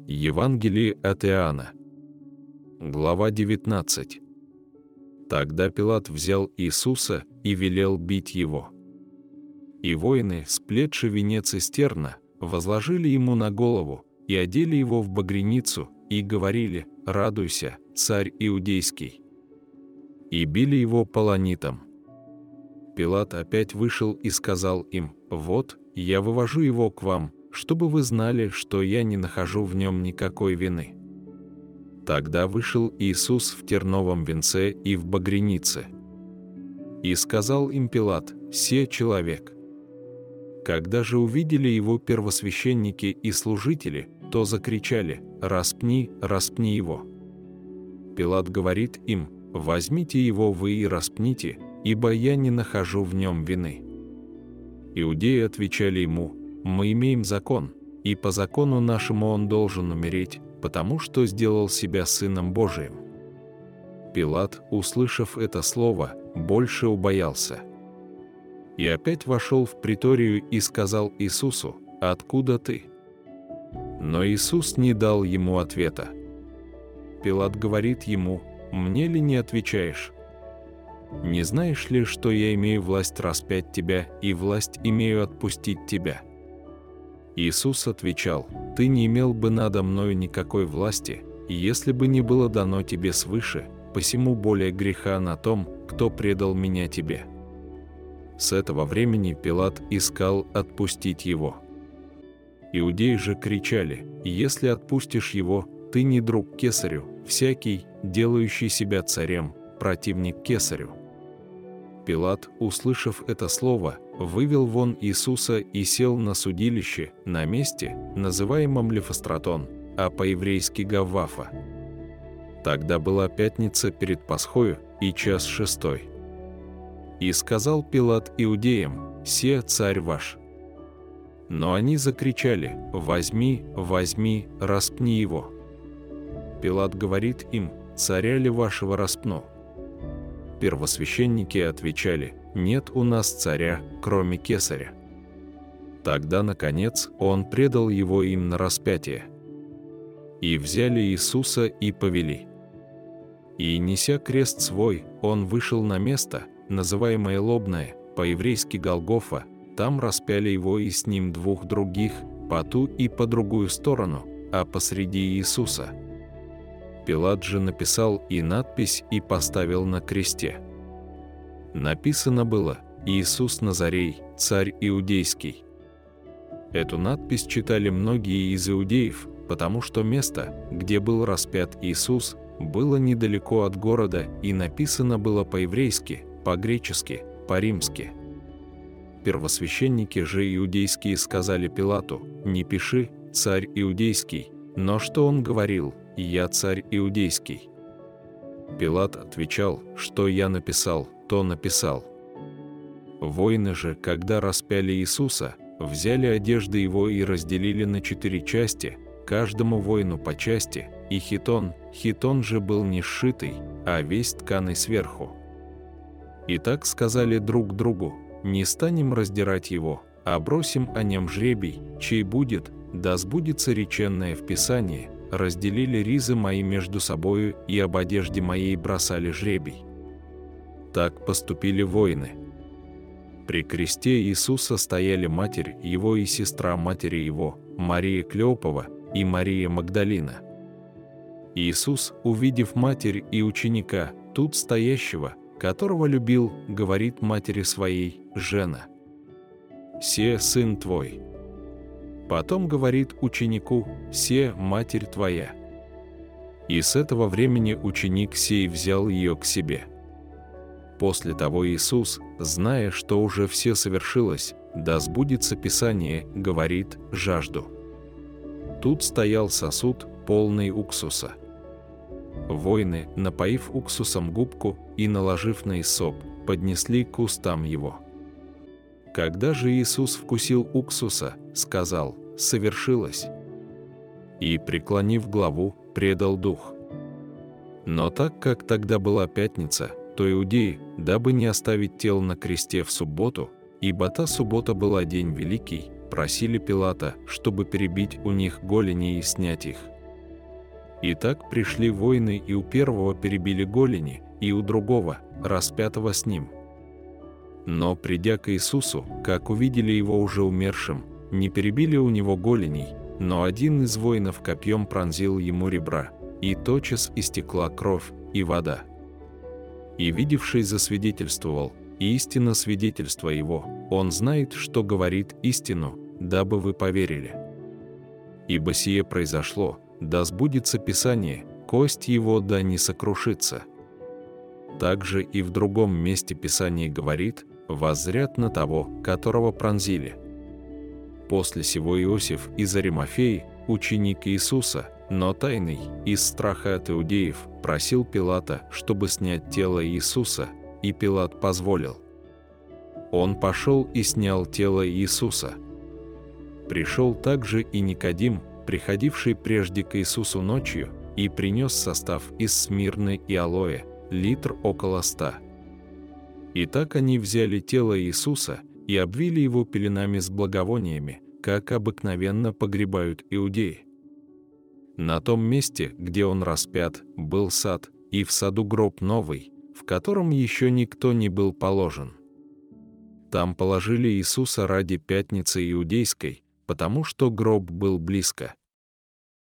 Евангелие от Иоанна. Глава 19. Тогда Пилат взял Иисуса и велел бить его. И воины, сплетши венец из терна, возложили ему на голову и одели его в багряницу, и говорили: «Радуйся, царь иудейский!» И били его полонитом. Пилат опять вышел и сказал им: «Вот, я вывожу его к вам, чтобы вы знали, что я не нахожу в нем никакой вины». Тогда вышел Иисус в терновом венце и в багрянице. И сказал им Пилат: «Се человек». Когда же увидели его первосвященники и служители, то закричали: «Распни, распни его». Пилат говорит им: «Возьмите его вы и распните, ибо я не нахожу в нем вины». Иудеи отвечали ему: «Мы имеем закон, и по закону нашему он должен умереть, потому что сделал себя Сыном Божиим». Пилат, услышав это слово, больше убоялся. И опять вошел в приторию и сказал Иисусу: «Откуда ты?» Но Иисус не дал ему ответа. Пилат говорит ему: «Мне ли не отвечаешь? Не знаешь ли, что я имею власть распять тебя и власть имею отпустить тебя?» Иисус отвечал: «Ты не имел бы надо мною никакой власти, если бы не было дано тебе свыше, посему более греха на том, кто предал меня тебе». С этого времени Пилат искал отпустить его. Иудеи же кричали: «Если отпустишь его, ты не друг Кесарю, всякий, делающий себя царем, противник Кесарю». Пилат, услышав это слово, вывел вон Иисуса и сел на судилище, на месте, называемом Лифостратон, а по-еврейски Гаввафа. Тогда была пятница перед Пасхою и час 6. И сказал Пилат иудеям: «Се царь ваш». Но они закричали: «Возьми, возьми, распни его». Пилат говорит им: «Царя ли вашего распну?» Первосвященники отвечали: «Нет у нас царя, кроме Кесаря». Тогда, наконец, он предал его им на распятие. И взяли Иисуса и повели. И, неся крест свой, он вышел на место, называемое Лобное, по-еврейски Голгофа, там распяли его и с ним двух других, по ту и по другую сторону, а посреди Иисуса. Пилат же написал и надпись и поставил на кресте. Написано было: «Иисус Назарей, царь иудейский». Эту надпись читали многие из иудеев, потому что место, где был распят Иисус, было недалеко от города, и написано было по-еврейски, по-гречески, по-римски. Первосвященники же иудейские сказали Пилату: «Не пиши, царь иудейский», но что он говорил: «Я царь иудейский». Пилат отвечал: «Что я написал, то написал». Воины же, когда распяли Иисуса, взяли одежды его и разделили на 4 части, каждому воину по части, и хитон же был не сшитый, а весь тканый сверху. И так сказали друг другу: «Не станем раздирать его, а бросим о нем жребий, чей будет, да сбудется реченное в Писании: разделили ризы мои между собою, и об одежде моей бросали жребий». Так поступили воины. При кресте Иисуса стояли матерь его и сестра матери его, Мария Клеопова и Мария Магдалина. Иисус, увидев матерь и ученика, тут стоящего, которого любил, говорит матери своей: «Жена, се сын твой». Потом говорит ученику: «Се матерь твоя». И с этого времени ученик сей взял ее к себе. После того Иисус, зная, что уже все совершилось, да сбудется Писание, говорит: «Жажду». Тут стоял сосуд, полный уксуса. Воины, напоив уксусом губку и наложив на иссоп, поднесли к устам его. Когда же Иисус вкусил уксуса, сказал: «Совершилось». И, преклонив главу, предал дух. Но так как тогда была пятница, то иудеи, дабы не оставить тел на кресте в субботу, ибо та суббота была день великий, просили Пилата, чтобы перебить у них голени и снять их. И так пришли воины, и у первого перебили голени, и у другого, распятого с ним. Но, придя к Иисусу, как увидели его уже умершим, не перебили у него голеней, но один из воинов копьем пронзил ему ребра, и тотчас истекла кровь и вода. И видевший засвидетельствовал, и истинно свидетельство его, он знает, что говорит истину, дабы вы поверили. Ибо сие произошло, да сбудется Писание, кость его да не сокрушится. Также и в другом месте Писание говорит: воззрят на того, которого пронзили. После сего Иосиф из Аримафеи, ученик Иисуса, но тайный, из страха от иудеев, просил Пилата, чтобы снять тело Иисуса, и Пилат позволил. Он пошел и снял тело Иисуса. Пришел также и Никодим, приходивший прежде к Иисусу ночью, и принес состав из смирны и алоэ, литр около 100. Итак, они взяли тело Иисуса и обвили его пеленами с благовониями, как обыкновенно погребают иудеи. На том месте, где он распят, был сад, и в саду гроб новый, в котором еще никто не был положен. Там положили Иисуса ради пятницы иудейской, потому что гроб был близко.